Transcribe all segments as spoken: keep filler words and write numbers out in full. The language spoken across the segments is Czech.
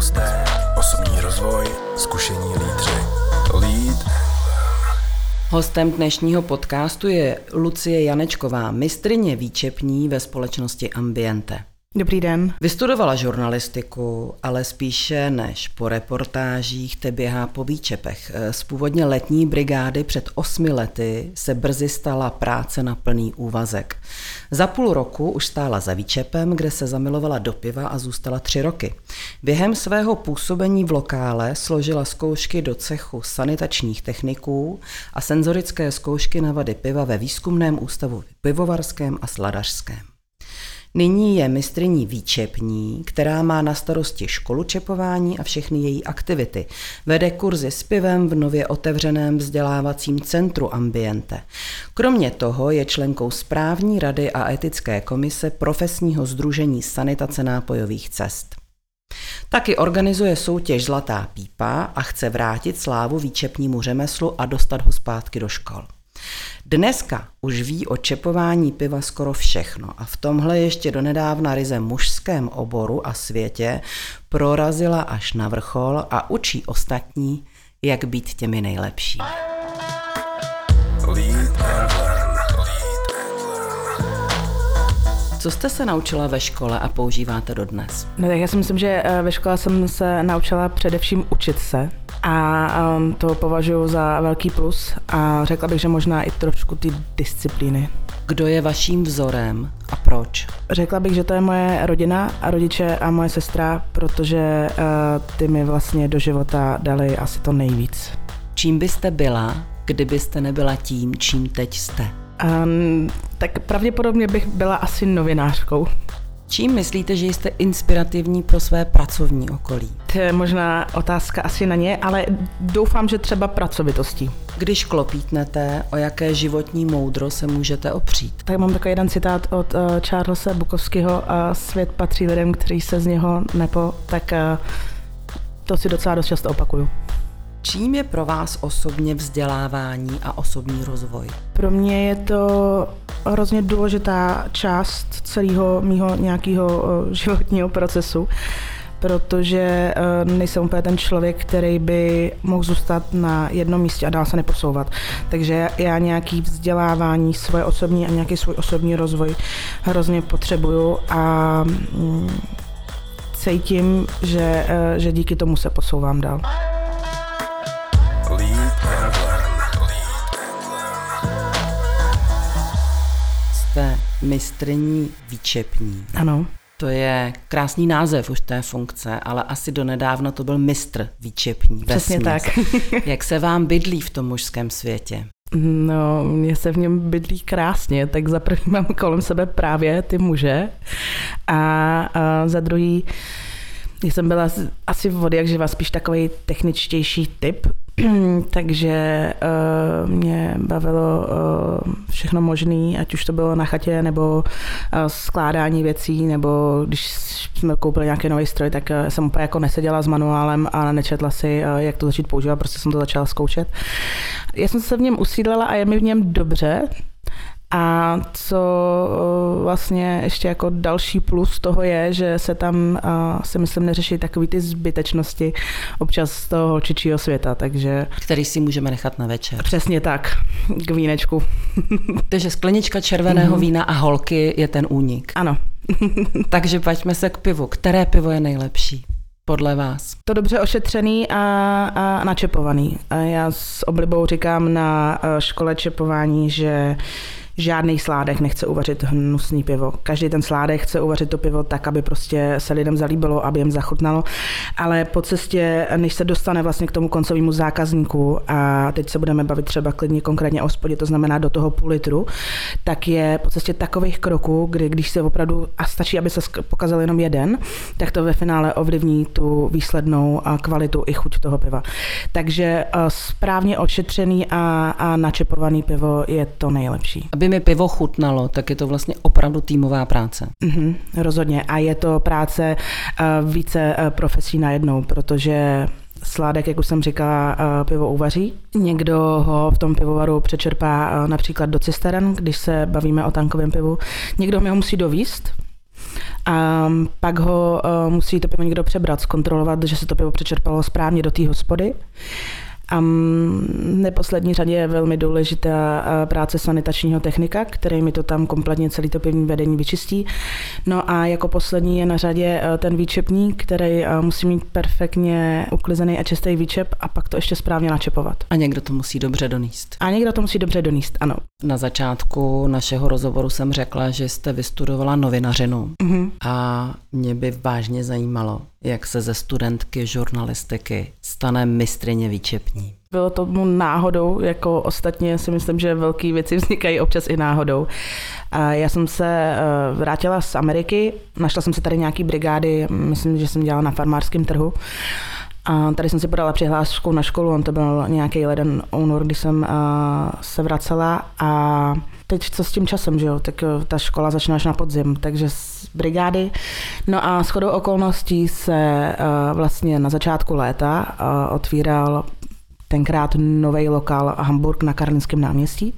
hosté, osobní rozvoj, zkušení lídři. Lead. Hostem dnešního podcastu je Lucie Janečková, mistryně výčepní ve společnosti Ambiente. Dobrý den. Vystudovala žurnalistiku, ale spíše než po reportážích te běhá po výčepech. Z původně letní brigády před osmi lety se brzy stala práce na plný úvazek. Za půl roku už stála za výčepem, kde se zamilovala do piva a zůstala tři roky. Během svého působení v lokále složila zkoušky do cechu sanitačních techniků a senzorické zkoušky na vady piva ve výzkumném ústavu pivovarském a sladařském. Nyní je mistryní výčepní, která má na starosti školu čepování a všechny její aktivity. Vede kurzy s pivem v nově otevřeném vzdělávacím centru Ambiente. Kromě toho je členkou správní rady a etické komise profesního sdružení sanitace nápojových cest. Taky organizuje soutěž Zlatá pípa a chce vrátit slávu výčepnímu řemeslu a dostat ho zpátky do škol. Dneska už ví o čepování piva skoro všechno a v tomhle ještě donedávna ryze mužském oboru a světě prorazila až na vrchol a učí ostatní, jak být těmi nejlepší. Co jste se naučila ve škole a používáte dodnes? No tak já si myslím, že ve škole jsem se naučila především učit se a to považuji za velký plus a řekla bych, že možná i trošku ty disciplíny. Kdo je vaším vzorem a proč? Řekla bych, že to je moje rodina a rodiče a moje sestra, protože ty mi vlastně do života dali asi to nejvíc. Čím byste byla, kdybyste nebyla tím, čím teď jste? Um, tak pravděpodobně bych byla asi novinářkou. Čím myslíte, že jste inspirativní pro své pracovní okolí? To je možná otázka asi na ně, ale doufám, že třeba pracovitostí. Když klopítnete, o jaké životní moudro se můžete opřít? Tak mám takový jeden citát od uh, Charlesa Bukowskiho: uh, svět patří lidem, kteří se z něho nepo, tak uh, to si docela dost často opakuju. Čím je pro vás osobně vzdělávání a osobní rozvoj? Pro mě je to hrozně důležitá část celého mýho nějakého životního procesu, protože nejsem úplně ten člověk, který by mohl zůstat na jednom místě a dál se neposouvat. Takže já nějaký vzdělávání svoje osobní a nějaký svůj osobní rozvoj hrozně potřebuju a cítím, že, že díky tomu se posouvám dál. Jste mistryní výčepní. Ano. To je krásný název už té funkce, ale asi donedávna to byl mistr výčepní. Přesně tak. Jak se vám bydlí v tom mužském světě? No, mně se v něm bydlí krásně, tak za první mám kolem sebe právě ty muže a, a za druhý jsem byla asi od jak živa spíš takový techničtější typ, takže uh, mě bavilo uh, všechno možné, ať už to bylo na chatě, nebo uh, skládání věcí, nebo když jsme koupili nějaký nový stroj, tak uh, jsem úplně jako neseděla s manuálem a nečetla si, uh, jak to začít používat, prostě jsem to začala zkoušet. Já jsem se v něm usídlela a je mi v něm dobře. A co vlastně ještě jako další plus toho je, že se tam si myslím neřeší takový ty zbytečnosti občas z toho holčičího světa, takže... Který si můžeme nechat na večer. Přesně tak, k vínečku. Takže sklenička červeného mm-hmm. vína a holky je ten únik. Ano. Takže pojďme se k pivu. Které pivo je nejlepší? Podle vás? To dobře ošetřený a, a načepovaný. A já s oblibou říkám na škole čepování, že žádný sládek nechce uvařit hnusný pivo. Každý ten sládek chce uvařit to pivo tak, aby prostě se lidem zalíbilo, aby jim zachutnalo, ale po cestě, než se dostane vlastně k tomu koncovému zákazníku, a teď se budeme bavit třeba klidně konkrétně o spodě, to znamená do toho půl litru, tak je po cestě takových kroků, kdy když se opravdu, a stačí, aby se pokazil jenom jeden, tak to ve finále ovlivní tu výslednou kvalitu i chuť toho piva. Takže správně ošetřený a, a načepovaný pivo je to nejlepší. Aby mi pivo chutnalo, tak je to vlastně opravdu týmová práce. Mm-hmm, rozhodně. A je to práce uh, více uh, profesí najednou, protože sládek, jak už jsem říkala, uh, pivo uvaří. Někdo ho v tom pivovaru přečerpá uh, například do cisteren, když se bavíme o tankovém pivu. Někdo mi ho musí dovízt. A pak ho uh, musí to pivo někdo přebrat, zkontrolovat, že se to pivo přečerpalo správně do té hospody. A v neposlední řadě je velmi důležitá práce sanitačního technika, který mi to tam kompletně celý to pivní vedení vyčistí. No a jako poslední je na řadě ten výčepník, který musí mít perfektně uklizený a čistý výčep a pak to ještě správně načepovat. A někdo to musí dobře donést. A někdo to musí dobře donést, ano. Na začátku našeho rozhovoru jsem řekla, že jste vystudovala novinařinu mm-hmm. a mě by vážně zajímalo, jak se ze studentky žurnalistiky stane mistryně výčepní. Bylo tomu náhodou, jako ostatně si myslím, že velké věci vznikají občas i náhodou. A já jsem se vrátila z Ameriky, našla jsem se tady nějaký brigády, myslím, že jsem dělala na farmářském trhu. A tady jsem si podala přihlášku na školu, on to byl nějaký leden únor, když jsem uh, se vracela a teď co s tím časem, že jo, tak ta škola začíná až na podzim, takže z brigády. No a shodou okolností se uh, vlastně na začátku léta uh, otvíral tenkrát nový lokál Hamburg na Karlínském náměstí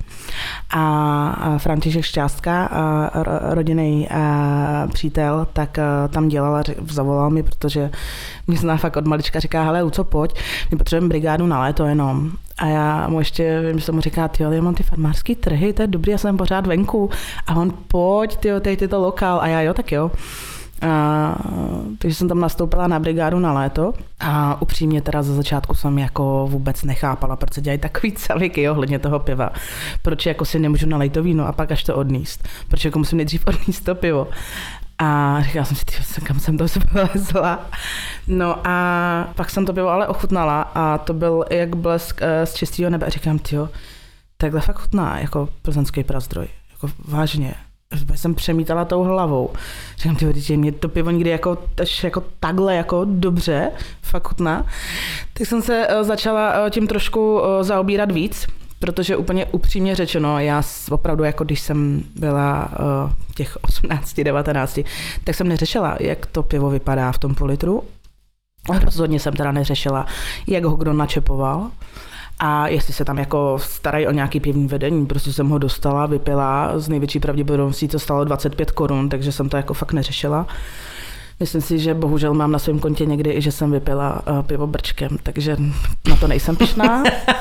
a František Šťástka, rodinný přítel, tak tam dělal a zavolal mi, protože mě zná fakt od malička, říká, hele Luco, pojď, my potřebujeme brigádu na léto jenom. A já mu ještě, vím, že jsem mu říká, tyjo, já mám ty farmářský trhy, to je dobrý, já jsem pořád venku. A on, pojď, tyjo, tady je to lokál. A já, jo, tak jo. A, takže jsem tam nastoupila na brigádu na léto a upřímně teda za začátku jsem jako vůbec nechápala, proč se dělají takový caviky ohledně toho piva. Proč jako si nemůžu nalejt to víno a pak až to odníst. Proč jako musím nejdřív odníst to pivo. A říkala jsem si, tyjo, kam jsem to vylezla. No a pak jsem to pivo ale ochutnala a to byl jak blesk z čistého nebe. A říkám, tyjo, takhle fakt chutná jako plzeňský prazdroj. Jako vážně. Jsem přemítala tou hlavou. Říkám, tyjo, že mě to pivo nikdy jako, jako takhle jako dobře, fakt chutná. Tak jsem se začala tím trošku zaobírat víc, protože úplně upřímně řečeno, já opravdu jako když jsem byla těch osmnáct, devatenáct, tak jsem neřešila, jak to pivo vypadá v tom půl litru. Rozhodně jsem teda neřešila, jak ho kdo načepoval. A jestli se tam jako starají o nějaký pivní vedení, prostě jsem ho dostala, vypila, z největší pravděpodobností to stalo dvacet pět korun, takže jsem to jako fakt neřešila. Myslím si, že bohužel mám na svém kontě někdy i, že jsem vypila uh, pivo brčkem, takže na to nejsem pyšná.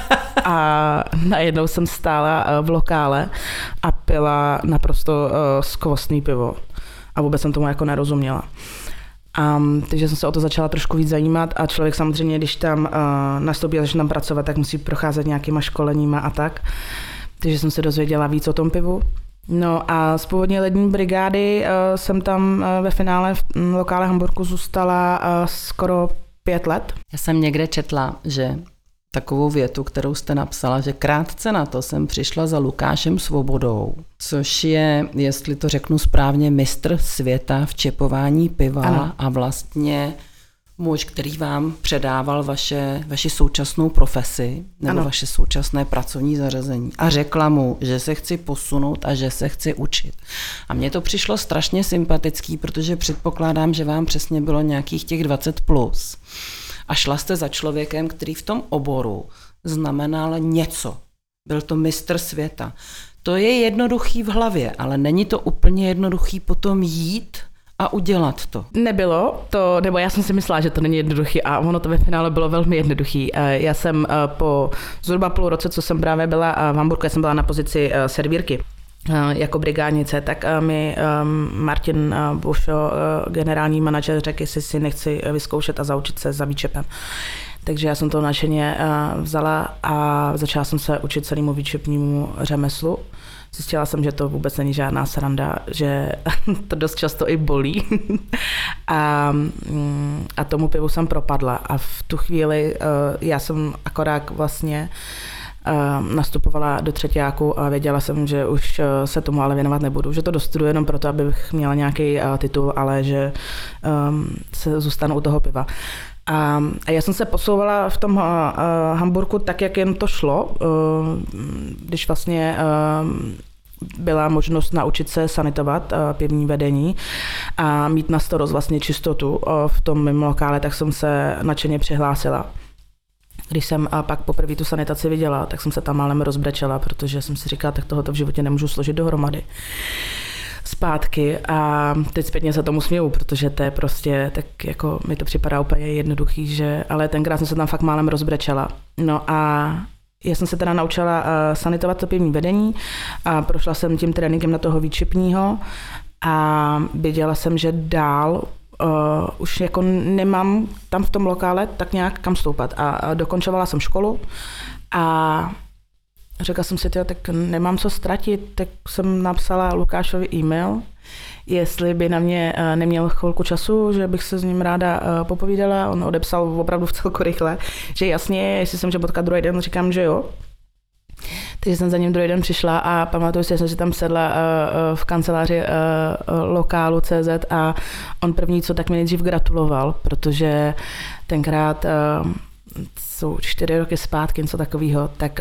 A najednou jsem stála uh, v lokále a pila naprosto uh, skvostný pivo. A vůbec jsem tomu jako nerozuměla. Um, takže jsem se o to začala trošku víc zajímat a člověk samozřejmě, když tam uh, nastoupí a začne tam pracovat, tak musí procházet nějakýma školeníma a tak. Takže jsem se dozvěděla víc o tom pivu. No a z původní lední brigády uh, jsem tam uh, ve finále v um, lokále Hamburgu zůstala uh, skoro pět let. Já jsem někde četla, že takovou větu, kterou jste napsala, že krátce na to jsem přišla za Lukášem Svobodou, což je, jestli to řeknu správně, mistr světa v čepování piva ano. A vlastně muž, který vám předával vaše, vaši současnou profesi nebo ano. vaše současné pracovní zařazení a řekla mu, že se chci posunout a že se chci učit. A mně to přišlo strašně sympatický, protože předpokládám, že vám přesně bylo nějakých těch dvacet plus. A šla jste za člověkem, který v tom oboru znamenal něco. Byl to mistr světa. To je jednoduchý v hlavě, ale není to úplně jednoduchý potom jít a udělat to. Nebylo to, nebo já jsem si myslela, že to není jednoduchý a ono to ve finále bylo velmi jednoduchý. Já jsem po zhruba půl roce, co jsem právě byla v Hamburgu, já jsem byla na pozici servírky jako brigádnice, tak mi Martin Bušo, generální manažer, řekl, jestli si nechci vyzkoušet a zaučit se za výčepem. Takže já jsem to nadšeně vzala a začala jsem se učit celému výčepnímu řemeslu. Zjistila jsem, že to vůbec není žádná sranda, že to dost často i bolí. a, a tomu pivu jsem propadla. A v tu chvíli já jsem akorát vlastně nastupovala do třetíku a věděla jsem, že už se tomu ale věnovat nebudu, že to dostuduji jenom proto, abych měla nějaký titul, ale že um, se zůstanu u toho piva. A, a já jsem se posouvala v tom uh, Hamburgu tak, jak jen to šlo, uh, když vlastně uh, byla možnost naučit se sanitovat uh, pivní vedení a mít na starost vlastně čistotu uh, v tom mém lokále, tak jsem se nadšeně přihlásila. Když jsem a pak poprvé tu sanitaci viděla, tak jsem se tam málem rozbrečela, protože jsem si říkala, tak tohoto v životě nemůžu složit dohromady. zpátky a teď zpětně se tomu směju, protože to je prostě, tak jako mi to připadá úplně jednoduchý, že, ale tenkrát jsem se tam fakt málem rozbrečela. No a já jsem se teda naučila uh, sanitovat to pivní vedení a prošla jsem tím tréninkem na toho výčepního a viděla jsem, že dál uh, už jako nemám tam v tom lokále tak nějak kam stoupat a, a dokončovala jsem školu a řekla jsem si, tyjo, tak nemám co ztratit, tak jsem napsala Lukášovi e-mail, jestli by na mě neměl chvilku času, že bych se s ním ráda popovídala. On odepsal opravdu v celku rychle, že jasně, jestli jsem že potkat druhý den, říkám, že jo. Takže jsem za ním druhý den přišla a pamatuju si, že jsem si tam sedla v kanceláři lokálu C Z a on první, co tak mi nejdřív gratuloval, protože tenkrát jsou čtyři roky zpátky, něco takového, tak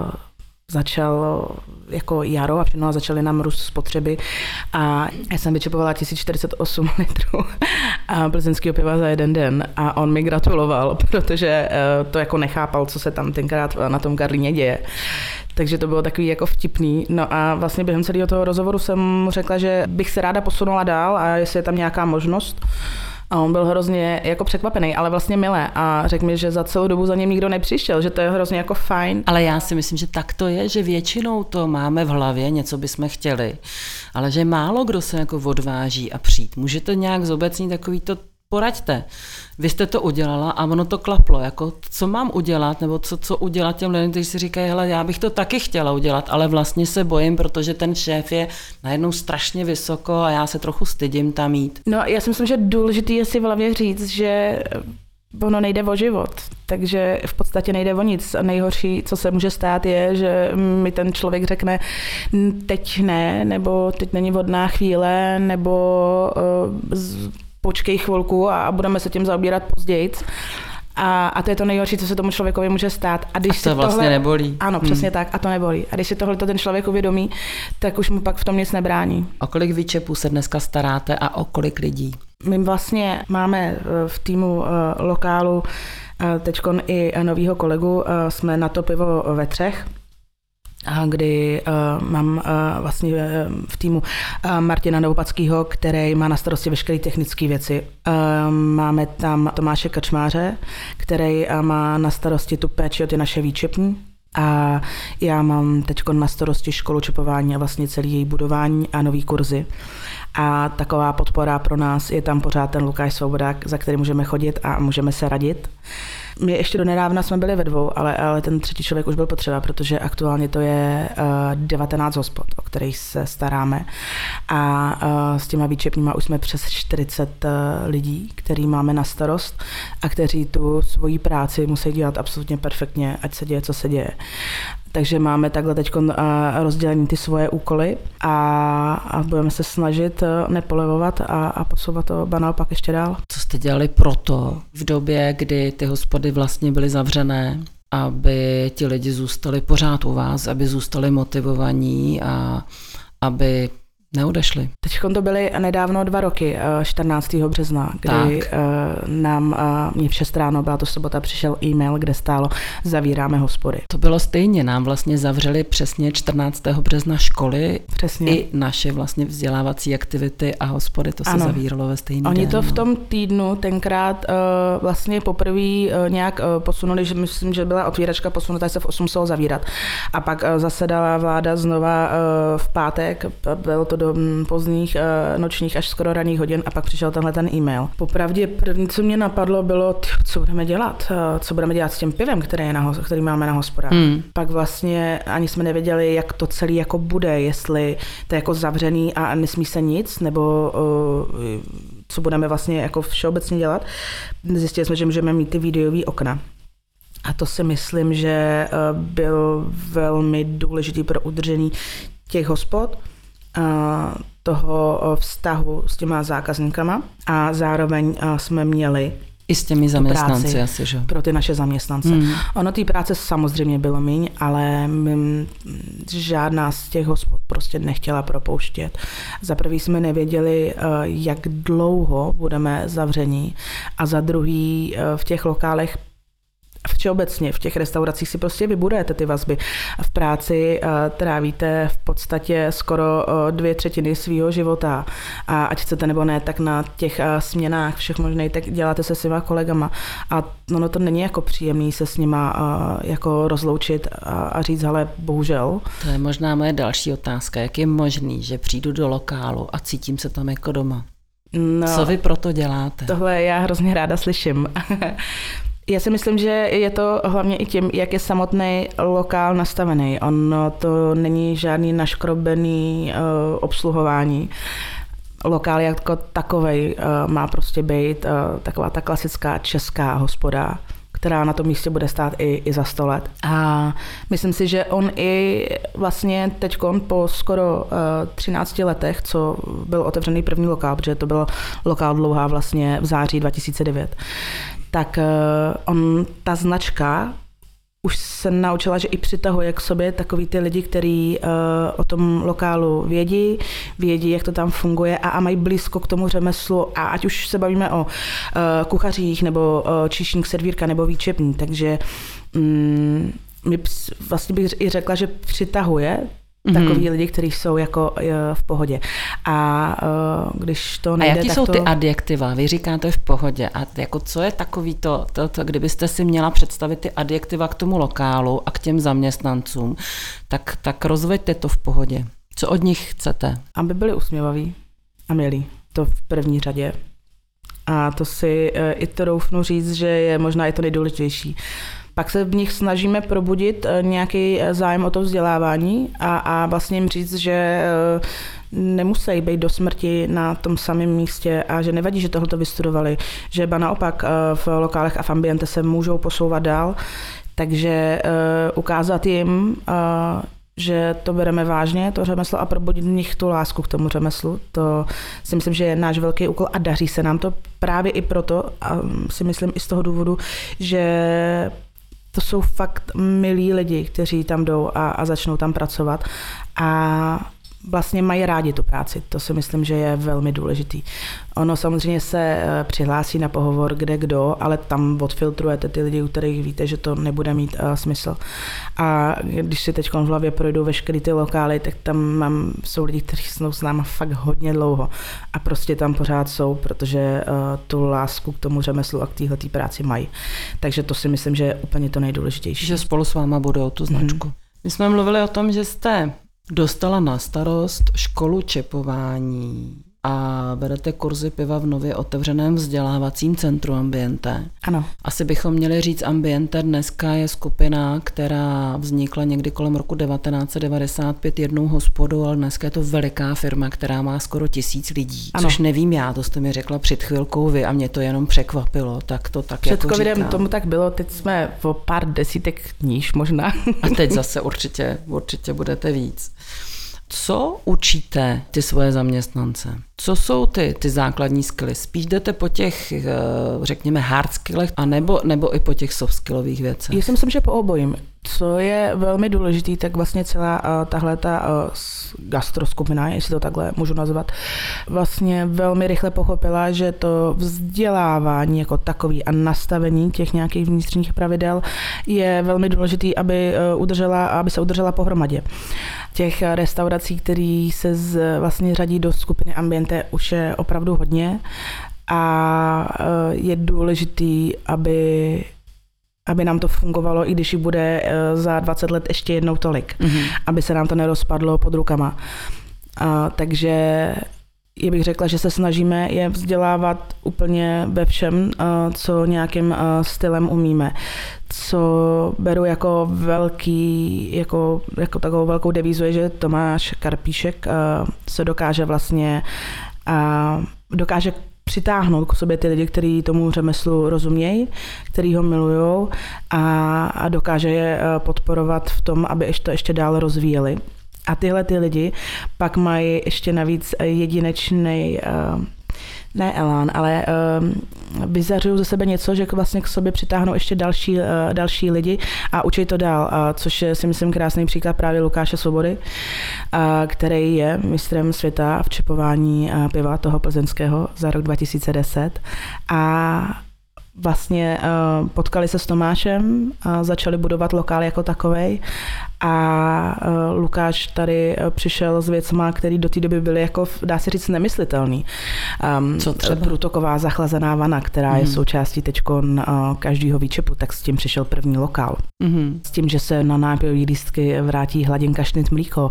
začal jako jaro a všechno a začaly nám růst spotřeby a já jsem vyčepovala tisíc čtyřicet osm litrů a plzeňského piva za jeden den a on mi gratuloval, protože to jako nechápal, co se tam tenkrát na tom Karlíně děje. Takže to bylo takový jako vtipný. No a vlastně během celého toho rozhovoru jsem mu řekla, že bych se ráda posunula dál a jestli je tam nějaká možnost. A on byl hrozně jako překvapený, ale vlastně milé a řekl mi, že za celou dobu za ním nikdo nepřišel, že to je hrozně jako fajn. Ale já si myslím, že tak to je, že většinou to máme v hlavě, něco bychom chtěli, ale že málo kdo se jako odváží a přijít. Můžete nějak zobecnit takový to, poraďte. Vy jste to udělala a ono to klaplo. Jako, co mám udělat, nebo co, co udělat těm lidem, kteří si říkají, hele, já bych to taky chtěla udělat, ale vlastně se bojím, protože ten šéf je najednou strašně vysoko a já se trochu stydím tam jít. No, já si myslím, že důležité je si v hlavě říct, že ono nejde o život, takže v podstatě nejde o nic. A nejhorší, co se může stát, je, že mi ten člověk řekne teď ne, nebo teď není vhodná chvíle, nebo uh, z, počkej chvilku a budeme se tím zaobírat později. A, a to je to nejhorší, co se tomu člověkovi může stát. A, když a to si vlastně tohle, nebolí. Ano, přesně hmm. tak, a to nebolí. A když si tohle ten člověk uvědomí, tak už mu pak v tom nic nebrání. O kolik výčepů se dneska staráte a o kolik lidí? My vlastně máme v týmu lokálu teďkon i novýho kolegu, jsme na to pivo ve třech, kdy uh, mám uh, vlastně uh, v týmu uh, Martina Novopackýho, který má na starosti veškeré technické věci. Uh, máme tam Tomáše Kačmáře, který uh, má na starosti tu péči o ty naše výčepní. A já mám teď na starosti školu čepování a vlastně celý její budování a nový kurzy. A taková podpora pro nás je tam pořád ten Lukáš Svobodák, za který můžeme chodit a můžeme se radit. My ještě do nedávna jsme byli ve dvou, ale, ale ten třetí člověk už byl potřeba, protože aktuálně to je uh, devatenáct hospod, o kterých se staráme. A uh, s těma výčepníma už jsme přes čtyřicet uh, lidí, který máme na starost a kteří tu svoji práci musí dělat absolutně perfektně, ať se děje, co se děje. Takže máme takhle teď rozdělení ty svoje úkoly a, a budeme se snažit nepolevovat a, a posouvat to ba naopak ještě dál. Co jste dělali proto v době, kdy ty hospody vlastně byly zavřené, aby ti lidi zůstali pořád u vás, aby zůstali motivovaní a aby neodešli? Teď to byly nedávno dva roky, čtrnáctého března, kdy tak. nám mě v šest ráno, byla to sobota, přišel e-mail, kde stálo zavíráme hospody. To bylo stejně, nám vlastně zavřeli přesně čtrnáctého března školy, přesně. I naše vlastně vzdělávací aktivity a hospody, to se ano. zavíralo ve stejný Oni den. to v no. tom týdnu tenkrát uh, vlastně poprvé uh, nějak uh, posunuli, že myslím, že byla otvíračka posunutá, se v osm muselo zavírat. A pak uh, zasedala vláda znova uh, v pátek, bylo to do pozdních uh, nočních až skoro ranních hodin a pak přišel tenhle ten e-mail. Popravdě první, co mě napadlo, bylo, tyjo, co budeme dělat, uh, co budeme dělat s tím pivem, který, je na, který máme na hospodách. Hmm. Pak vlastně ani jsme nevěděli, jak to celý jako bude, jestli to je jako zavřený a nesmí se nic, nebo uh, co budeme vlastně jako všeobecně dělat. Zjistili jsme, že můžeme mít ty videové okna. A to si myslím, že uh, byl velmi důležitý pro udržení těch hospod, toho vztahu s těma zákazníkama a zároveň jsme měli i s těmi zaměstnanci asi, že? Pro ty naše zaměstnance. Hmm. Ono té práce samozřejmě bylo míň, ale my, žádná z těch hospod prostě nechtěla propouštět. Za prvý jsme nevěděli, jak dlouho budeme zavření a za druhý v těch lokálech všeobecně v těch restauracích si prostě vybudujete ty vazby. V práci trávíte v podstatě skoro dvě třetiny svého života a ať chcete nebo ne, tak na těch směnách všech možných, tak děláte se svýma kolegama a no to není jako příjemný se s nima jako rozloučit a říct, ale bohužel. To je možná moje další otázka. Jak je možný, že přijdu do lokálu a cítím se tam jako doma? No, co vy proto děláte? Tohle já hrozně ráda slyším. Já si myslím, že je to hlavně i tím, jak je samotný lokál nastavený. Ono to není žádný naškrobený uh, obsluhování. Lokál jako takovej uh, má prostě být uh, taková ta klasická česká hospoda, která na tom místě bude stát i, i za sto let. A myslím si, že on i vlastně teďkon po skoro uh, třinácti letech, co byl otevřený první lokál, protože to byl lokál dlouhá vlastně v září dva tisíce devět, tak uh, on, ta značka už se naučila, že i přitahuje k sobě takový ty lidi, kteří uh, o tom lokálu vědí, vědí, jak to tam funguje a, a mají blízko k tomu řemeslu a ať už se bavíme o uh, kuchařích nebo uh, číšník, servírka nebo výčepní, takže um, mi vlastně bych i řekla, že přitahuje takový lidi, kteří jsou jako v pohodě. A uh, když to nejde, a jaký tak jsou to... ty adjektiva? Vy říkáte v pohodě. A jako co je takový to, to, to, kdybyste si měla představit ty adjektiva k tomu lokálu a k těm zaměstnancům, tak, tak rozveďte to v pohodě. Co od nich chcete? Aby byli usměvaví a milí. To v první řadě. A to si uh, i to doufnu říct, že je možná i to nejdůležitější. Pak se v nich snažíme probudit nějaký zájem o to vzdělávání a, a vlastně jim říct, že nemusí být do smrti na tom samém místě a že nevadí, že tohle vystudovali, že ba naopak v lokálech a v ambiente se můžou posouvat dál, takže ukázat jim, že to bereme vážně, to řemeslo a probudit v nich tu lásku k tomu řemeslu. To si myslím, že je náš velký úkol a daří se nám to právě i proto a si myslím i z toho důvodu, že to jsou fakt milí lidi, kteří tam jdou a, a začnou tam pracovat a vlastně mají rádi tu práci. To si myslím, že je velmi důležitý. Ono samozřejmě se přihlásí na pohovor kde kdo, ale tam odfiltrujete ty lidi, u kterých víte, že to nebude mít uh, smysl. A když si teď v hlavě projdou veškeré ty lokály, tak tam mám, jsou lidi, kteří jsou s náma fakt hodně dlouho a prostě tam pořád jsou, protože uh, tu lásku k tomu řemeslu a k téhletý práci mají. Takže to si myslím, že je úplně to nejdůležitější. Že spolu s váma budou tu značku. Mm-hmm. My jsme mluvili o tom, že jste dostala na starost školu čepování a vedete kurzy piva v nově otevřeném vzdělávacím centru Ambiente. Ano. Asi bychom měli říct, Ambiente dneska je skupina, která vznikla někdy kolem roku devatenáct set devadesát pět jednou hospodou, ale dneska je to veliká firma, která má skoro tisíc lidí. Ano. Což nevím já, to jste mi řekla před chvilkou vy a mě to jenom překvapilo, tak to tak před jako covidem říkám. Tomu tak bylo, teď jsme o pár desítek níž možná. A teď zase určitě, určitě budete víc. Co učíte ty svoje zaměstnance? Co jsou ty, ty základní skilly? Spíš jdete po těch, řekněme, hard skillech, anebo, nebo i po těch soft skillových věcech? Já si myslím, že po obojím. Co je velmi důležitý, tak vlastně celá uh, tahle ta uh, gastroskupina, jestli to takhle můžu nazvat, vlastně velmi rychle pochopila, že to vzdělávání jako takový a nastavení těch nějakých vnitřních pravidel je velmi důležitý, aby, uh, udržela, aby se udržela pohromadě. Těch restaurací, které se z, vlastně řadí do skupiny Ambiente, už je opravdu hodně a uh, je důležitý, aby aby nám to fungovalo, i když ji bude za dvacet let ještě jednou tolik, mm-hmm. aby se nám to nerozpadlo pod rukama. A, takže já bych řekla, že se snažíme je vzdělávat úplně ve všem, a, co nějakým a, stylem umíme. Co beru jako velký, jako, jako takovou velkou devízu je, že Tomáš Karpíšek a, se dokáže vlastně a, dokáže přitáhnout k sobě ty lidi, kteří tomu řemeslu rozumějí, kteří ho milujou a, a dokáže je podporovat v tom, aby to ještě dál rozvíjeli. A tyhle ty lidi pak mají ještě navíc jedinečný, ne elán, ale vyzařují ze sebe něco, že vlastně k sobě přitáhnou ještě další, další lidi a učí to dál, což je si myslím krásný příklad právě Lukáše Svobody, který je mistrem světa v čepování piva toho plzeňského za rok dva tisíce deset a vlastně uh, potkali se s Tomášem a začali budovat lokál jako takovej a uh, Lukáš tady uh, přišel s věcma, které do té doby byly jako, dá se říct, nemyslitelný. Um, Co třeba? Průtoková zachlazená vana, která mm. je součástí teďkon uh, každého výčepu, tak s tím přišel první lokál. Mm. S tím, že se na nápojové lístky vrátí hladinka šnit mlíko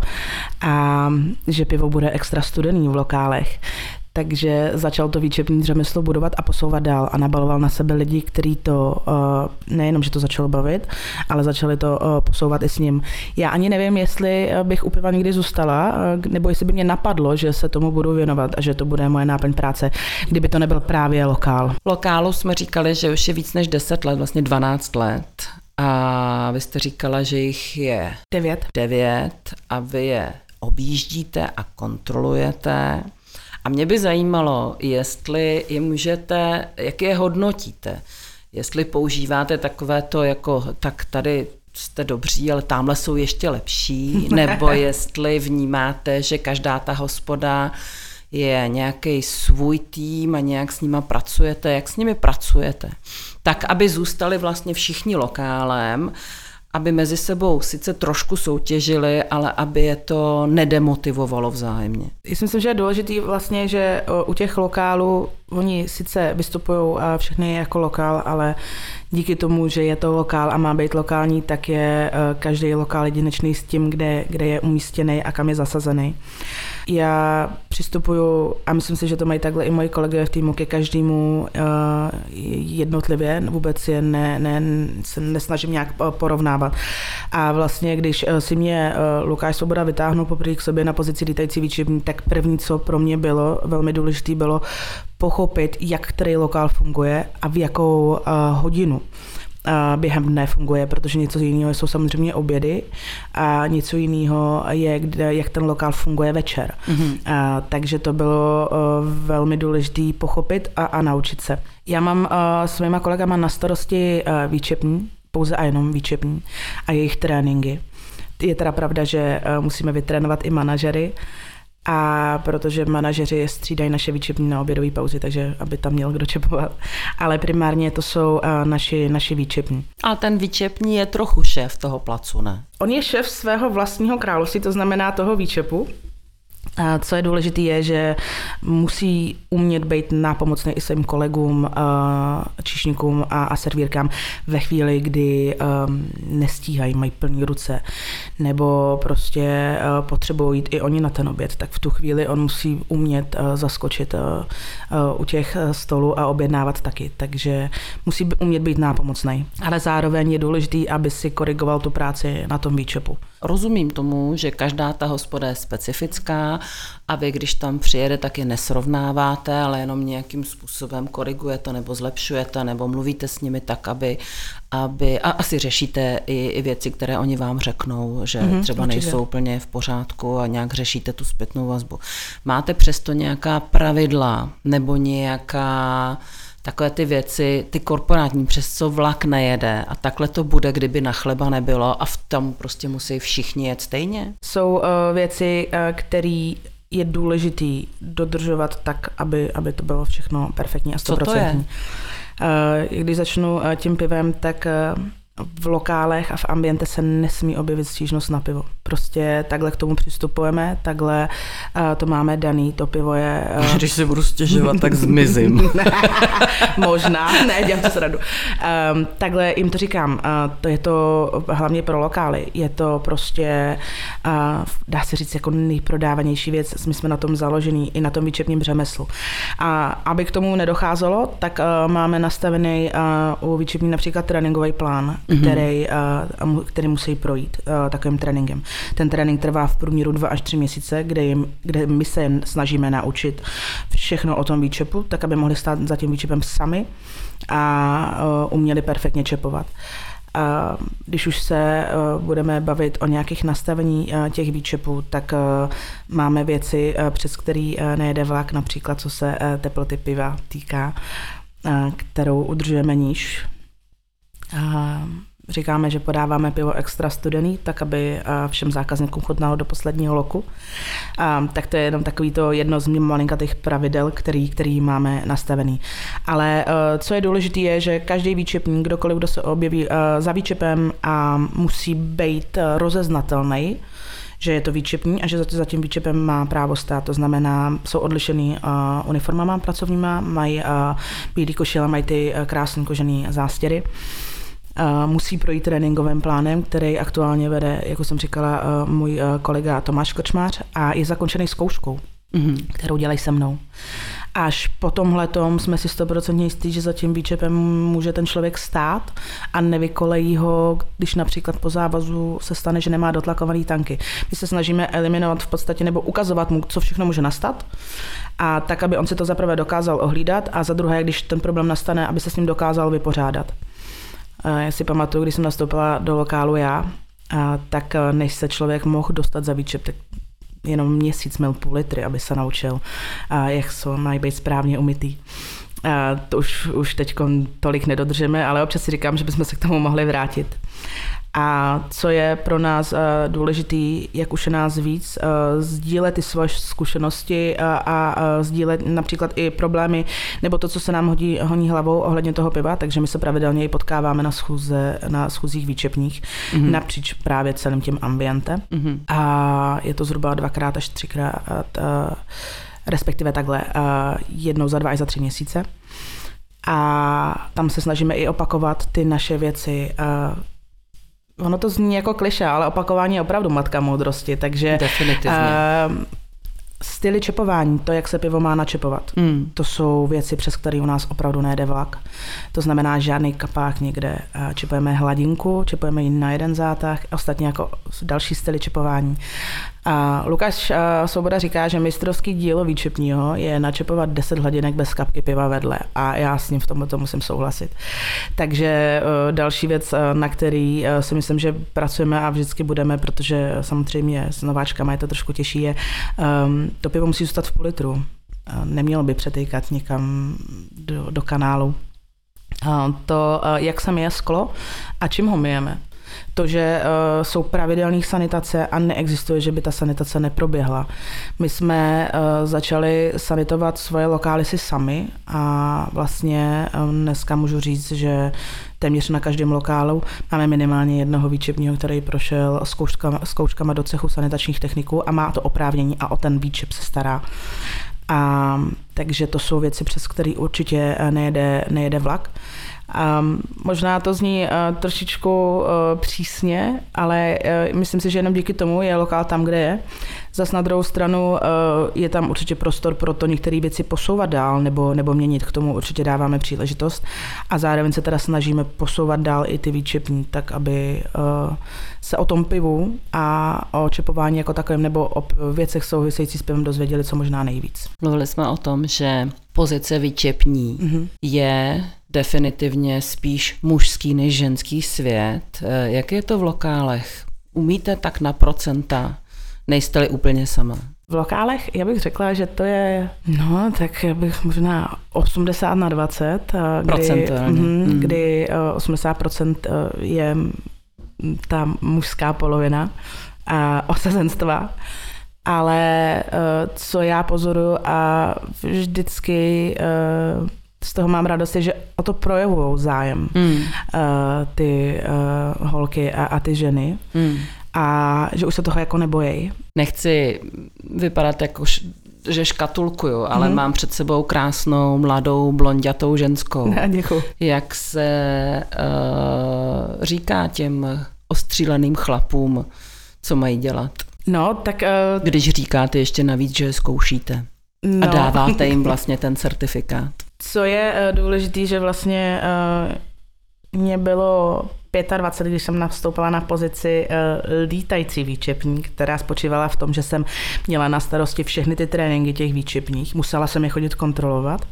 a že pivo bude extra studený v lokálech. Takže začal to výčepní řemeslo budovat a posouvat dál a nabaloval na sebe lidi, kteří to nejenom, že to začalo bavit, ale začali to posouvat i s ním. Já ani nevím, jestli bych u piva někdy zůstala, nebo jestli by mě napadlo, že se tomu budu věnovat a že to bude moje náplň práce, kdyby to nebyl právě lokál. Lokálu jsme říkali, že už je víc než deset let, vlastně dvanáct let. A vy jste říkala, že jich je devět. Devět a vy je objíždíte a kontrolujete. A mě by zajímalo, jestli je můžete, jak je hodnotíte, jestli používáte takové to jako, tak tady jste dobří, ale tamhle jsou ještě lepší, nebo jestli vnímáte, že každá ta hospoda je nějaký svůj tým a nějak s nima pracujete, jak s nimi pracujete, tak aby zůstali vlastně všichni lokálem, aby mezi sebou sice trošku soutěžili, ale aby je to nedemotivovalo vzájemně. Já si myslím, že je důležitý vlastně, že u těch lokálů oni sice vystupují všechny jako lokál, ale díky tomu, že je to lokál a má být lokální, tak je každý lokál jedinečný s tím, kde, kde je umístěný a kam je zasazený. Já přistupuju, a myslím si, že to mají takhle i moji kolegové v týmu, ke každému uh, jednotlivě, vůbec je ne, ne, se nesnažím nějak porovnávat. A vlastně, když si mě uh, Lukáš Svoboda vytáhnul poprvé k sobě na pozici lítající výčepní, tak první, co pro mě bylo velmi důležité, bylo pochopit, jak který lokál funguje a v jakou uh, hodinu během dne funguje, protože něco jiného jsou samozřejmě obědy a něco jiného je, kde, jak ten lokál funguje večer. Mm-hmm. A, takže to bylo uh, velmi důležité pochopit a, a naučit se. Já mám uh, s mýma kolegama na starosti uh, výčepní, pouze a jenom výčepní a jejich tréninky. Je teda pravda, že uh, musíme vytrénovat i manažery, a protože manažeři střídají naše výčepní na obědové pauzy, takže aby tam měl kdo čepovat. Ale primárně to jsou uh, naši, naši výčepní. A ten výčepní je trochu šéf toho placu, ne? On je šéf svého vlastního království, to znamená toho výčepu. A co je důležité je, že musí umět být nápomocný i svým kolegům, číšníkům a, a servírkám ve chvíli, kdy um, nestíhají, mají plný ruce, nebo prostě uh, potřebují jít i oni na ten oběd, tak v tu chvíli on musí umět uh, zaskočit uh, uh, u těch stolů a objednávat taky, takže musí umět být nápomocný. Ale zároveň je důležité, aby si korigoval tu práci na tom výčepu. Rozumím tomu, že každá ta hospoda je specifická a vy, když tam přijede, tak je nesrovnáváte, ale jenom nějakým způsobem korigujete nebo zlepšujete nebo mluvíte s nimi tak, aby, aby a asi řešíte i, i věci, které oni vám řeknou, že mm-hmm, třeba určitě nejsou úplně v pořádku a nějak řešíte tu zpětnou vazbu. Máte přesto nějaká pravidla nebo nějaká takové ty věci, ty korporátní, přes co vlak nejede a takhle to bude, kdyby na chleba nebylo a v tom prostě musí všichni jet stejně? Jsou uh, věci, uh, které je důležitý dodržovat tak, aby, aby to bylo všechno perfektní a sto procent. Co to je? Uh, když začnu uh, tím pivem, tak uh, v lokálech a v ambiente se nesmí objevit stížnost na pivo. Prostě takhle k tomu přistupujeme, takhle uh, to máme daný, to pivo je... Uh... Když si budu stěžovat, tak zmizím. Možná, ne, dělám to sradu. Um, takhle jim to říkám, uh, to je to hlavně pro lokály, je to prostě, uh, dá se říct, jako nejprodávanější věc, my jsme na tom založený i na tom výčepním řemeslu. A aby k tomu nedocházelo, tak uh, máme nastavený uh, u výčepní například tréninkový plán, který, uh, který musí projít uh, takovým tréninkem. Ten trénink trvá v průměru dva až tři měsíce, kde, jim, kde my se snažíme naučit všechno o tom výčepu, tak aby mohli stát za tím výčepem sami a uh, uměli perfektně čepovat. A když už se uh, budeme bavit o nějakých nastavení uh, těch výčepů, tak uh, máme věci, uh, přes který uh, nejede vlak, například co se uh, teploty piva týká, uh, kterou udržujeme níž. Uh, říkáme, že podáváme pivo extra studený, tak aby všem zákazníkům chutnalo do posledního loku. A, tak to je jenom takový to jedno z malinkatých pravidel, který, který máme nastavený. Ale co je důležité je, že každý výčepník, kdokoliv, kdo se objeví za výčepem a musí být rozeznatelný, že je to výčepní a že za tím výčepem má právo stát. To znamená, jsou odlišený uh, uniformama pracovníma, mají uh, bílý košile, mají ty uh, krásné kožené zástěry. Uh, musí projít tréninkovým plánem, který aktuálně vede, jako jsem říkala, uh, můj uh, kolega Tomáš Krčmář a je zakončený zkouškou, mm-hmm. kterou dělají se mnou. Až po tomhletom jsme si stoprocentně jistí, že za tím výčepem může ten člověk stát a nevykolejí ho, když například po závazu se stane, že nemá dotlakovaný tanky. My se snažíme eliminovat v podstatě nebo ukazovat mu, co všechno může nastat, a tak, aby on si to zaprvé dokázal ohlídat a za druhé, když ten problém nastane, aby se s ním dokázal vypořádat. Já si pamatuju, když jsem nastoupila do lokálu já, tak než se člověk mohl dostat za výčep, tak jenom měsíc měl půl litry, aby se naučil, jak jsou, mají být správně umytý. To už, už teď tolik nedodržíme, ale občas si říkám, že bychom se k tomu mohli vrátit. A co je pro nás důležitý, jak už je nás víc, sdílet ty svoje zkušenosti a, a sdílet například i problémy, nebo to, co se nám hodí, honí hlavou ohledně toho piva, takže my se pravidelně i potkáváme na, schůze, na schůzích výčepních, mm-hmm. napříč právě celým tím ambientem. Mm-hmm. A je to zhruba dvakrát až třikrát, respektive takhle, jednou za dva až za tři měsíce. A tam se snažíme i opakovat ty naše věci. Ono to zní jako klišé, ale opakování je opravdu matka moudrosti, takže definitivně. Uh, styly čepování, to, jak se pivo má načepovat, mm. to jsou věci, přes které u nás opravdu nejde vlak. To znamená žádný kapák někde. Čepujeme hladinku, čepujeme ji na jeden zátah, ostatně jako další styly čepování. A Lukáš Svoboda říká, že mistrovský dílo výčepního je načepovat deset hladinek bez kapky piva vedle a já s ním v tomto musím souhlasit. Takže další věc, na který si myslím, že pracujeme a vždycky budeme, protože samozřejmě s nováčkama je to trošku těžší, je to pivo musí zůstat v půl litru. Nemělo by přetejkat někam do, do kanálu. To, jak se myje sklo a čím ho myjeme. To, že uh, jsou pravidelné sanitace a neexistuje, že by ta sanitace neproběhla. My jsme uh, začali sanitovat svoje lokály si sami a vlastně um, dneska můžu říct, že téměř na každém lokálu máme minimálně jednoho výčepního, který prošel zkouškama, zkouškama do cechu sanitačních techniků a má to oprávnění a o ten výčep se stará. A, takže to jsou věci, přes které určitě nejede, nejede vlak. Um, možná to zní uh, trošičku uh, přísně, ale uh, myslím si, že jenom díky tomu je lokál tam, kde je. Zas na druhou stranu uh, je tam určitě prostor pro to některé věci posouvat dál nebo, nebo měnit. K tomu určitě dáváme příležitost. A zároveň se teda snažíme posouvat dál i ty výčepní, tak aby uh, se o tom pivu a o čepování jako takovém nebo o věcech související s pivem dozvěděli co možná nejvíc. Mluvili jsme o tom, že pozice výčepní mm-hmm. je definitivně spíš mužský než ženský svět. Jak je to v lokálech? Umíte tak na procenta? Nejste-li úplně sama? V lokálech já bych řekla, že to je, no tak bych možná osmdesát na dvacet, kdy, mm, kdy osmdesát procent je ta mužská polovina osazenstva. Ale co já pozoruju a vždycky z toho mám radost, je, že o to projevují zájem mm. uh, ty uh, holky a, a ty ženy mm. a že už se toho jako nebojí. Nechci vypadat jako, že škatulkuju, ale mm. mám před sebou krásnou, mladou, blonďatou ženskou. Děkuju. Jak se uh, říká těm ostříleným chlapům, co mají dělat? No, tak... Uh... Když říkáte ještě navíc, že je zkoušíte no. a dáváte jim vlastně ten certifikát. Co je důležité, že vlastně uh, mě bylo dvacet pět, když jsem nastoupila na pozici uh, lítající výčepník, která spočívala v tom, že jsem měla na starosti všechny ty tréninky těch výčepních, musela jsem je chodit kontrolovat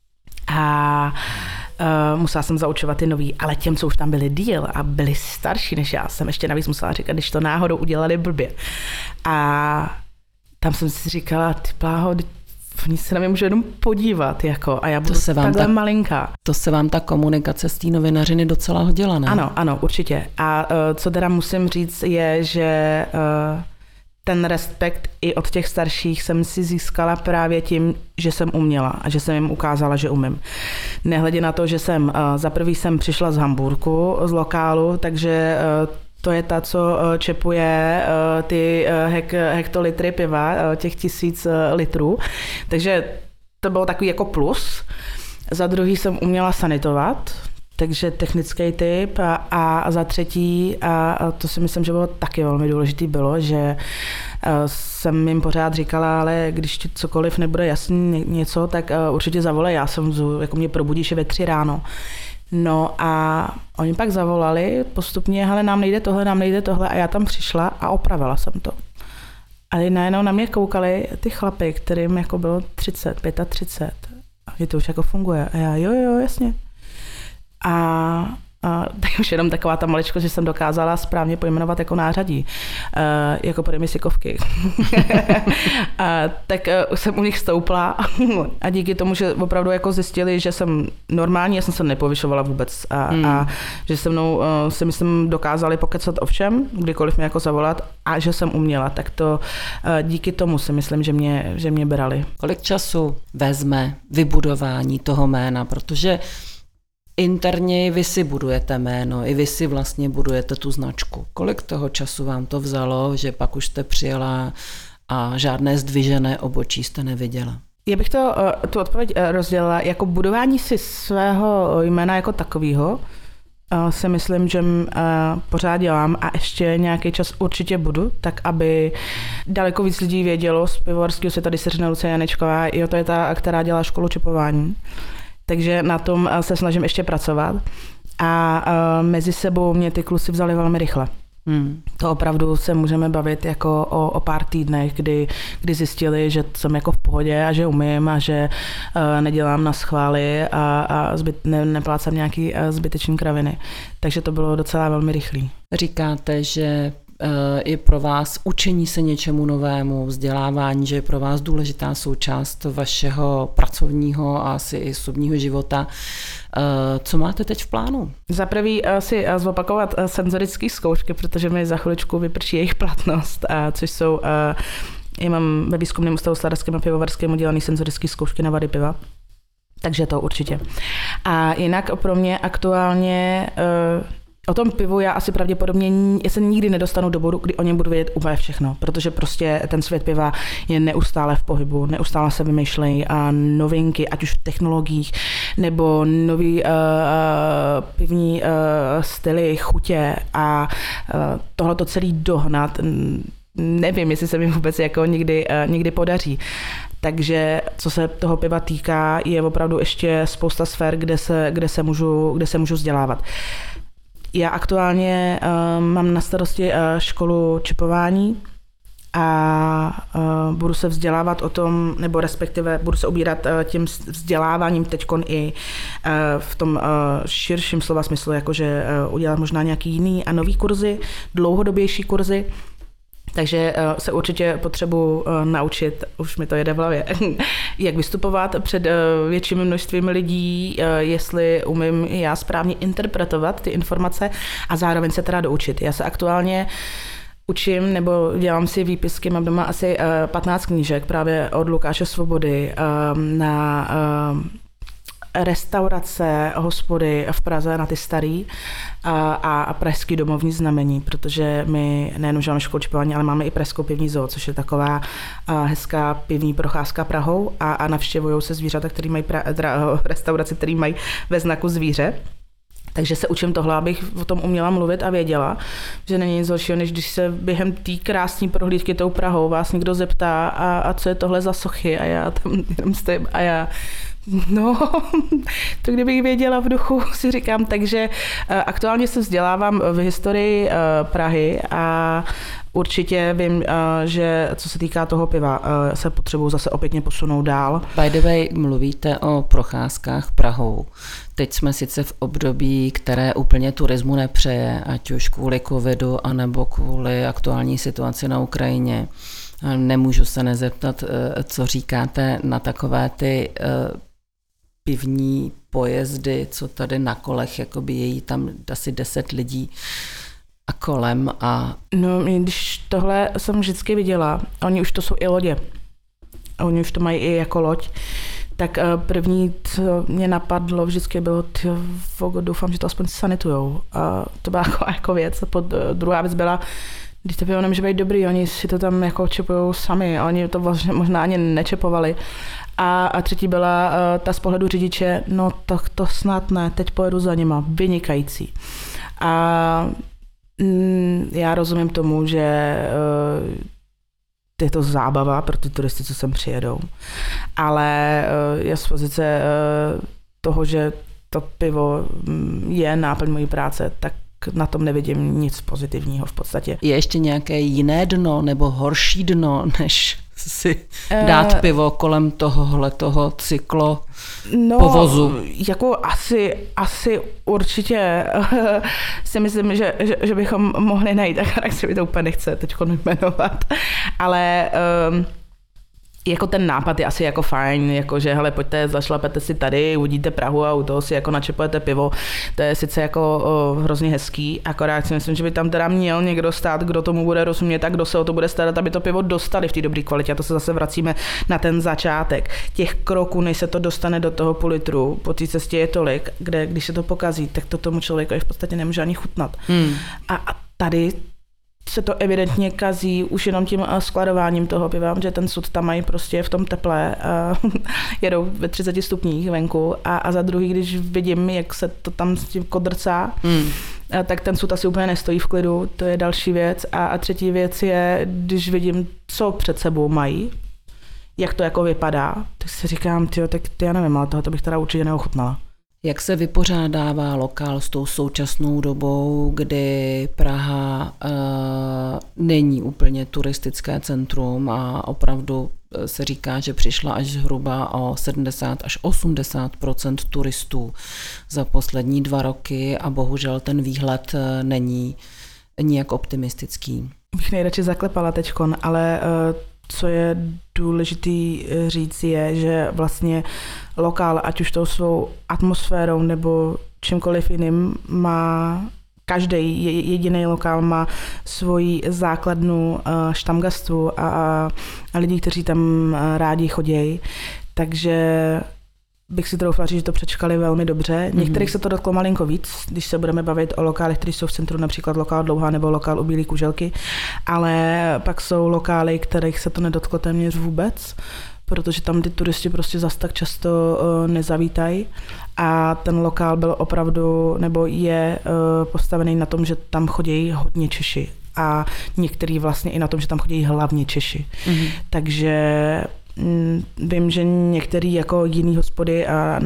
a uh, musela jsem zaučovat ty nový, ale těm, co už tam byli díl a byli starší než já, jsem ještě navíc musela říkat, když to náhodou udělali blbě. A tam jsem si říkala, ty pláho, oni se na mě můžou jenom podívat, jako, a já budu to se vám takhle tak, malinká. To se vám ta komunikace z té novinařiny docela hodila, ne? Ano, ano, určitě. A uh, co teda musím říct, je, že uh, ten respekt i od těch starších jsem si získala právě tím, že jsem uměla a že jsem jim ukázala, že umím. Nehledě na to, že jsem, uh, za prvý jsem přišla z Hamburku, z lokálu, takže uh, to je ta, co čepuje ty hek, hektolitry piva, těch tisíc litrů. Takže to bylo takový jako plus. Za druhý jsem uměla sanitovat, takže technický typ. A, a za třetí, a to si myslím, že bylo taky velmi důležitý, bylo, že jsem jim pořád říkala, ale když ti cokoliv nebude jasný něco, tak určitě zavolej, já jsem vzu, jako mě probudíš ve tři ráno. No a oni pak zavolali postupně, hele, nám nejde tohle, nám nejde tohle a já tam přišla a opravila jsem to. A najednou na mě koukali ty chlapy, kterým jako bylo třicet, třicet pět. A že to už jako funguje. A já, jo, jo, jasně. A Uh, tak už jenom taková ta maličko, že jsem dokázala správně pojmenovat jako nářadí, uh, jako podejmy si kovky. uh, tak uh, jsem u nich stoupla a díky tomu, že opravdu jako zjistili, že jsem normální, já jsem se nepovyšovala vůbec a, hmm. a že se mnou uh, si myslím dokázali pokecat o všem, kdykoliv mě jako zavolat a že jsem uměla, tak to uh, díky tomu si myslím, že mě, že mě brali. Kolik času vezme vybudování toho jména, protože interně vy si budujete jméno, i vy si vlastně budujete tu značku. Kolik toho času vám to vzalo, že pak už jste přijela a žádné zdvižené obočí jste neviděla? Já bych to, tu odpověď rozdělila jako budování si svého jména jako takového. Si myslím, že pořád dělám a ještě nějaký čas určitě budu, tak aby daleko víc lidí vědělo z pivovarského světa, když se řekne Lucie Janečková, jo, to je ta, která dělá školu čipování. Takže na tom se snažím ještě pracovat a mezi sebou mě ty kluci vzali velmi rychle. Hmm. To opravdu se můžeme bavit jako o, o pár týdnech, kdy, kdy zjistili, že jsem jako v pohodě a že umím a že uh, nedělám na schvály a, a zbyt, ne, neplácám nějaký uh, zbytečný kraviny. Takže to bylo docela velmi rychlý. Říkáte, že je pro vás učení se něčemu novému, vzdělávání, že je pro vás důležitá součást vašeho pracovního a asi i osobního života. Co máte teď v plánu? Za prvý si zopakovat senzorické zkoušky, protože mi za chviličku vyprší jejich platnost, což jsou, já mám ve výzkumném ústavu sladářském a pivovarském udělaný senzorické zkoušky na vady piva. Takže to určitě. A jinak pro mě aktuálně o tom pivu já asi pravděpodobně já se nikdy nedostanu do bodu, kdy o něm budu vědět úplně všechno, protože prostě ten svět piva je neustále v pohybu, neustále se vymýšlejí a novinky, ať už v technologiích, nebo nový uh, pivní uh, styly, chutě a uh, tohleto celý dohnat, nevím, jestli se mi vůbec jako někdy, uh, někdy podaří. Takže co se toho piva týká, je opravdu ještě spousta sfér, kde se, kde se, můžu, kde se můžu vzdělávat. Já aktuálně uh, mám na starosti uh, školu čipování a uh, budu se vzdělávat o tom, nebo respektive budu se ubírat uh, tím vzděláváním teďkon i uh, v tom uh, širším slova smyslu, jakože uh, udělat možná nějaký jiný a nový kurzy, dlouhodobější kurzy. Takže uh, se určitě potřebuji uh, naučit, už mi to jede v hlavě, jak vystupovat před uh, větším množstvím lidí, uh, jestli umím já správně interpretovat ty informace a zároveň se teda doučit. Já se aktuálně učím nebo dělám si výpisky, mám doma asi uh, patnáct knížek právě od Lukáše Svobody uh, na uh, restaurace, hospody v Praze na ty starý a, a pražský domovní znamení, protože my nejenom máme školu čipování, ale máme i pražskou pivní zoo, což je taková a, hezká pivní procházka Prahou a, a navštěvují se zvířata, který mají pra, dra, restaurace, který mají ve znaku zvíře. Takže se učím tohle, abych o tom uměla mluvit a věděla, že není nic horšího, než když se během té krásné prohlídky tou Prahou vás někdo zeptá, a, a co je tohle za sochy, a já tam jenom stojím a já no, to kdybych věděla v duchu, si říkám, takže aktuálně se vzdělávám v historii Prahy a určitě vím, že co se týká toho piva, se potřebuji zase opětně posunout dál. By the way, mluvíte o procházkách Prahou. Teď jsme sice v období, které úplně turismu nepřeje, ať už kvůli covidu, anebo kvůli aktuální situaci na Ukrajině. Nemůžu se nezeptat, co říkáte na takové ty pivní pojezdy, co tady na kolech, jakoby její tam asi deset lidí a kolem. A... No, když tohle jsem vždycky viděla, oni už to jsou i lodě, oni už to mají i jako loď, tak první, co mě napadlo, vždycky bylo, tyjo, doufám, že to aspoň sanitujou. A to byla jako, jako věc. Pod, druhá věc byla, když to pivo nemůže být dobrý, oni si to tam jako čepujou sami, oni to vlastně možná ani nečepovali. A, a třetí byla uh, ta z pohledu řidiče, no tak to snad ne, teď pojedu za nima, vynikající. A mm, já rozumím tomu, že uh, je to zábava pro ty turisty, co sem přijedou, ale uh, je z pozice uh, toho, že to pivo je náplň mojí práce, tak na tom nevidím nic pozitivního v podstatě. Je ještě nějaké jiné dno nebo horší dno, než si dát uh, pivo kolem tohohle toho cyklo no, povozu? Jako asi, asi určitě si myslím, že, že, že bychom mohli najít, tak se mi to úplně nechce teď jmenovat, ale um, jako ten nápad je asi jako fajn, jako že hele, pojďte, zašlapete si tady, uvidíte Prahu a u toho si jako načepujete pivo. To je sice jako o, hrozně hezký, akorát si myslím, že by tam teda měl někdo stát, kdo tomu bude rozumět a kdo se o to bude starat, aby to pivo dostali v té dobré kvalitě. A to se zase vracíme na ten začátek. Těch kroků, než se to dostane do toho půl litru, po té cestě je tolik, kde když se to pokazí, tak to tomu člověku v podstatě nemůže ani chutnat. Hmm. A, a tady se to evidentně kazí už jenom tím skladováním toho piva, že ten sud tam mají prostě v tom teple, a jedou ve třiceti stupních venku a, a za druhý, když vidím, jak se to tam s tím kodrcá, mm. tak ten sud asi úplně nestojí v klidu, to je další věc. A, a třetí věc je, když vidím, co před sebou mají, jak to jako vypadá, tak si říkám, tyjo, tak ty já nevím, ale tohoto bych teda určitě neochutnala. Jak se vypořádává lokál s tou současnou dobou, kdy Praha e, není úplně turistické centrum a opravdu se říká, že přišla až zhruba o sedmdesát až osmdesát procent turistů za poslední dva roky a bohužel ten výhled není nijak optimistický. Bych nejradši zaklepala teďkon, ale e, co je důležitý říct je, že vlastně lokál, ať už tou svou atmosférou nebo čímkoliv jiným, má každý jediný lokál má svoji základnu štamgastů a, a lidí, kteří tam rádi chodějí. Takže bych si troufla říct, že to přečkali velmi dobře. Některých mm-hmm. se to dotklo malinko víc, když se budeme bavit o lokálech, které jsou v centru, například lokál Dlouhá nebo lokál u Bílé Kuželky, ale pak jsou lokály, kterých se to nedotklo téměř vůbec, protože tam ty turisti prostě zas tak často uh, nezavítají a ten lokál byl opravdu, nebo je uh, postavený na tom, že tam chodí hodně Češi a některý vlastně i na tom, že tam chodí hlavně Češi. Mm-hmm. Takže vím, že některé jako jiný hospody a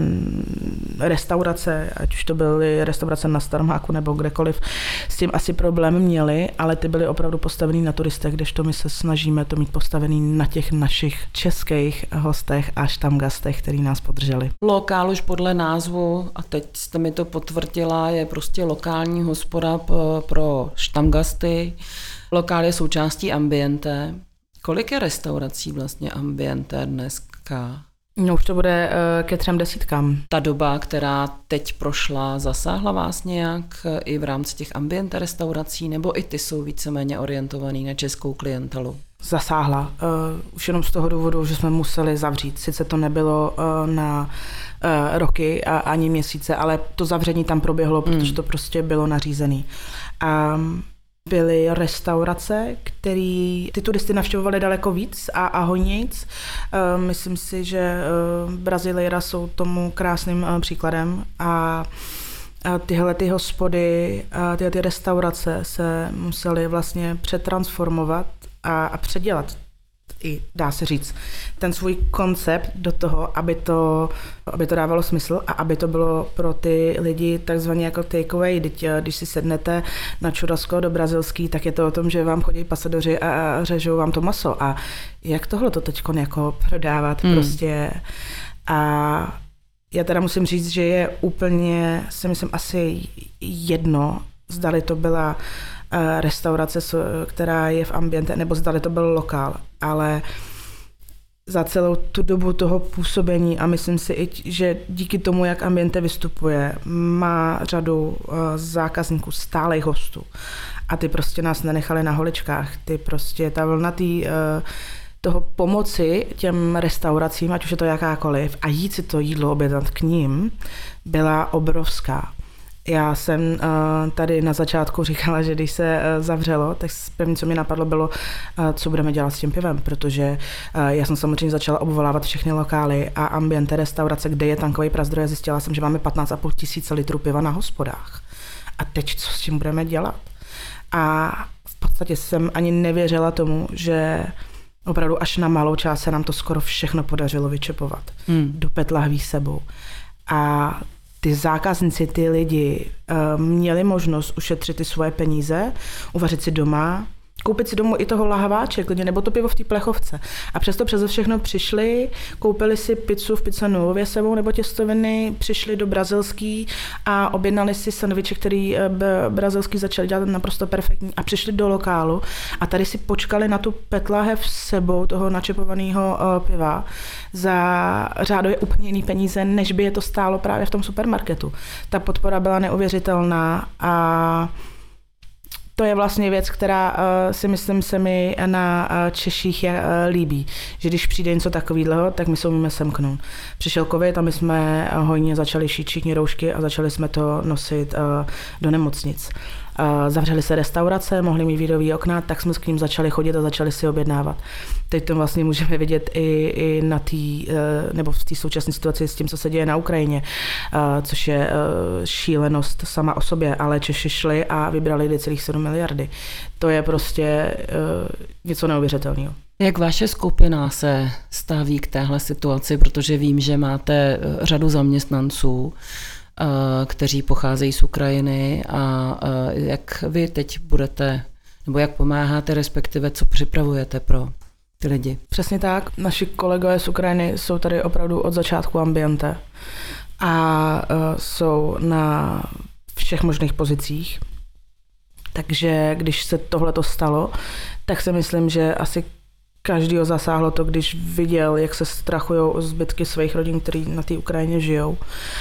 restaurace, ať už to byly restaurace na Staromháku nebo kdekoliv, s tím asi problém měli, ale ty byly opravdu postavený na turistech, kdežto my se snažíme to mít postavený na těch našich českých hostech a štamgastech, který nás podrželi. Lokál už podle názvu, a teď jste mi to potvrdila, je prostě lokální hospoda pro štamgasty. Lokál je součástí ambiente. Kolik je restaurací vlastně ambiente dneska? No už to bude uh, ke třem desítkám. Ta doba, která teď prošla, zasáhla vás nějak i v rámci těch ambiente restaurací, nebo i ty jsou víceméně orientovaný na českou klientelu? Zasáhla. Uh, už jenom z toho důvodu, že jsme museli zavřít. Sice to nebylo uh, na uh, roky a ani měsíce, ale to zavření tam proběhlo, protože hmm. to prostě bylo nařízený. Um, Byly restaurace, které ty turisty navštěvovaly daleko víc a, a hojnějc. Uh, myslím si, že uh, Brazílejra jsou tomu krásným uh, příkladem a uh, tyhle ty hospody, uh, tyhle ty restaurace se musely vlastně přetransformovat a, a předělat. I dá se říct, ten svůj koncept do toho, aby to, aby to dávalo smysl a aby to bylo pro ty lidi takzvaně jako takeaway. Když, když si sednete na churrasco do brazilský, tak je to o tom, že vám chodí pasadoři a řežou vám to maso. A jak tohle to teďko jako prodávat hmm. prostě. A já teda musím říct, že je úplně, si myslím, asi jedno, zdali to byla restaurace, která je v ambiente, nebo zdali to byl lokál, ale za celou tu dobu toho působení a myslím si i, že díky tomu, jak ambiente vystupuje, má řadu zákazníků, stálých hostů a ty prostě nás nenechali na holičkách. Ty prostě, ta vlna tý, toho pomoci těm restauracím, ať už je to jakákoliv, a jít si to jídlo objednat k ním, byla obrovská. Já jsem uh, tady na začátku říkala, že když se uh, zavřelo, tak první, co mi napadlo, bylo, uh, co budeme dělat s tím pivem, protože uh, já jsem samozřejmě začala obvolávat všechny lokály a ambiente restaurace, kde je tankový prazdroj, zjistila jsem, že máme patnáct a půl tisíce litrů piva na hospodách. A teď co s tím budeme dělat? A v podstatě jsem ani nevěřila tomu, že opravdu až na malou část se nám to skoro všechno podařilo vyčepovat. Hmm. Do PET lahví sebou. A ty zákazníci, ty lidi uh, měli možnost ušetřit ty svoje peníze, uvařit si doma, koupit si domů i toho lahváče, klidně, nebo to pivo v té plechovce. A přesto přeze všechno přišli, koupili si pizzu v Pizza Nuově sebou nebo těstoviny, přišli do brazilský a objednali si sandviče, který b- brazilský začali dělat naprosto perfektní a přišli do lokálu a tady si počkali na tu PET lahev sebou toho načepovaného uh, piva za řádově úplně jiný peníze, než by je to stálo právě v tom supermarketu. Ta podpora byla neuvěřitelná a to je vlastně věc, která uh, si myslím se mi na uh, Češích uh, líbí, že když přijde něco takového, tak my se umíme semknout. Přišel covid a my jsme hojně začali šít všichni roušky a začali jsme to nosit uh, do nemocnic. Uh, zavřeli se restaurace, mohli mít výdový okna, tak jsme s k ním začali chodit a začali si objednávat. Teď to vlastně můžeme vidět i, i na tý, uh, nebo v té současné situaci s tím, co se děje na Ukrajině, uh, což je uh, šílenost sama o sobě, ale Češi šli a vybrali jedna celá sedm miliardy. To je prostě uh, něco neuvěřitelného. Jak vaše skupina se staví k téhle situaci, protože vím, že máte řadu zaměstnanců, kteří pocházejí z Ukrajiny a jak vy teď budete, nebo jak pomáháte, respektive co připravujete pro ty lidi? Přesně tak. Naši kolegové z Ukrajiny jsou tady opravdu od začátku ambiente a jsou na všech možných pozicích. Takže když se tohleto stalo, tak si myslím, že asi každýho zasáhlo to, když viděl, jak se strachují zbytky svých rodin, kteří na té Ukrajině žijou.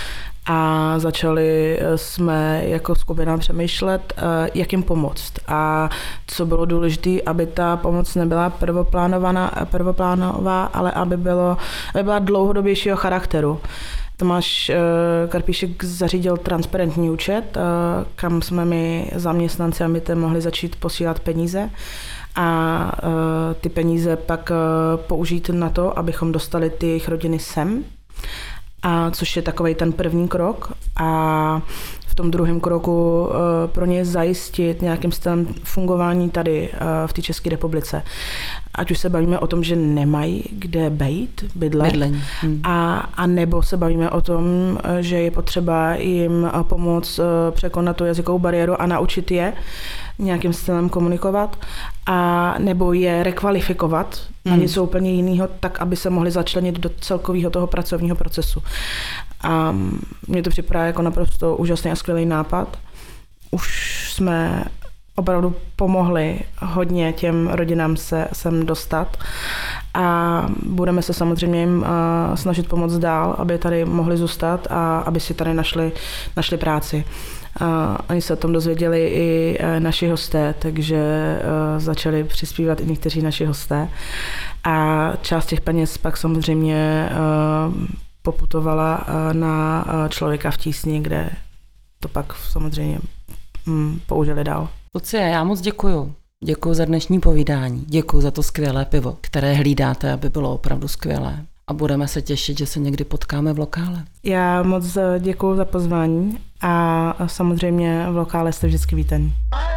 A začali jsme jako skupina přemýšlet, jak jim pomoct. A co bylo důležité, aby ta pomoc nebyla prvoplánovaná, prvoplánová, ale aby, bylo, aby byla dlouhodobějšího charakteru. Tomáš Karpíšek zařídil transparentní účet, kam jsme my zaměstnanci a my tam mohli začít posílat peníze. A ty peníze pak použít na to, abychom dostali ty jejich rodiny sem. A což je takovej ten první krok a v tom druhém kroku uh, pro ně zajistit nějakým stylem fungování tady uh, v té České republice. Ať už se bavíme o tom, že nemají kde bejt, bydlet, hmm. a, a nebo se bavíme o tom, že je potřeba jim pomoct uh, překonat tu jazykovou bariéru a naučit je nějakým stylem komunikovat, a nebo je rekvalifikovat hmm. na něco úplně jiného, tak, aby se mohli začlenit do celkového toho pracovního procesu. A mně to připadá jako naprosto úžasný a skvělý nápad. Už jsme opravdu pomohli hodně těm rodinám se sem dostat a budeme se samozřejmě jim snažit pomoct dál, aby tady mohli zůstat a aby si tady našli, našli práci. A oni se o tom dozvěděli i naši hosté, takže začali přispívat i někteří naši hosté. A část těch peněz pak samozřejmě poputovala na Člověka v tísni, kde to pak samozřejmě použili dál. Lucie, já moc děkuju. Děkuju za dnešní povídání. Děkuju za to skvělé pivo, které hlídáte, aby bylo opravdu skvělé. A budeme se těšit, že se někdy potkáme v lokále. Já moc děkuju za pozvání a samozřejmě v lokále jste vždycky vítaní.